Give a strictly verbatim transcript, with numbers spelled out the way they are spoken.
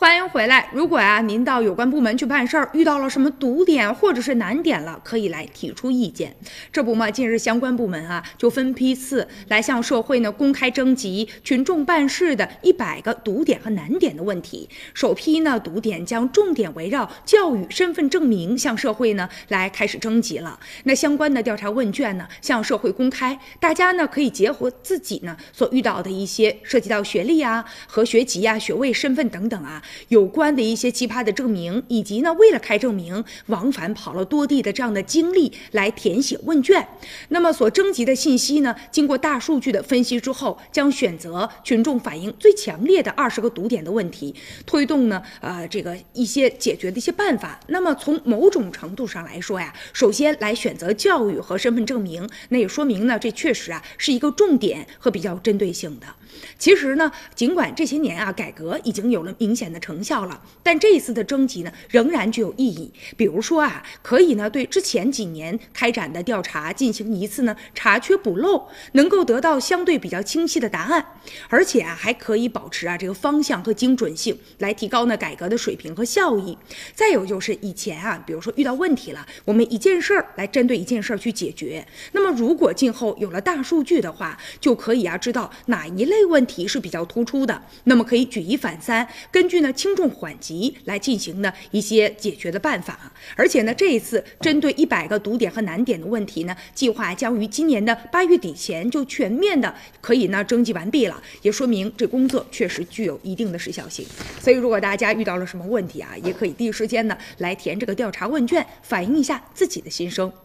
欢迎回来。如果呀、啊、您到有关部门去办事儿，遇到了什么堵点或者是难点了，可以来提出意见。这不嘛，近日相关部门啊就分批次来向社会呢公开征集群众办事的一百个堵点和难点的问题。首批呢堵点将重点围绕教育、身份证明向社会呢来开始征集了。那相关的调查问卷呢向社会公开，大家呢可以结合自己呢所遇到的一些涉及到学历啊和学籍啊、学位、身份等等啊。有关的一些奇葩的证明，以及呢为了开证明往返跑了多地的这样的经历来填写问卷。那么所征集的信息呢，经过大数据的分析之后，将选择群众反映最强烈的二十个堵点的问题，推动呢呃这个一些解决的一些办法。那么从某种程度上来说呀，首先来选择教育和身份证明，那也说明呢这确实啊是一个重点和比较针对性的。其实呢，尽管这些年啊改革已经有了明显的成效了，但这一次的征集呢仍然具有意义。比如说啊，可以呢对之前几年开展的调查进行一次呢查缺补漏，能够得到相对比较清晰的答案，而且啊还可以保持啊这个方向和精准性，来提高呢改革的水平和效益。再有就是以前啊，比如说遇到问题了，我们一件事儿来针对一件事儿去解决。那么如果今后有了大数据的话，就可以啊知道哪一类问题是比较突出的，那么可以举一反三，根据呢轻重缓急来进行呢一些解决的办法。而且呢这一次针对一百个堵点和难点的问题呢，计划将于今年的八月底前就全面的可以呢征集完毕了，也说明这工作确实具有一定的时效性。所以如果大家遇到了什么问题啊，也可以第一时间呢来填这个调查问卷，反映一下自己的心声。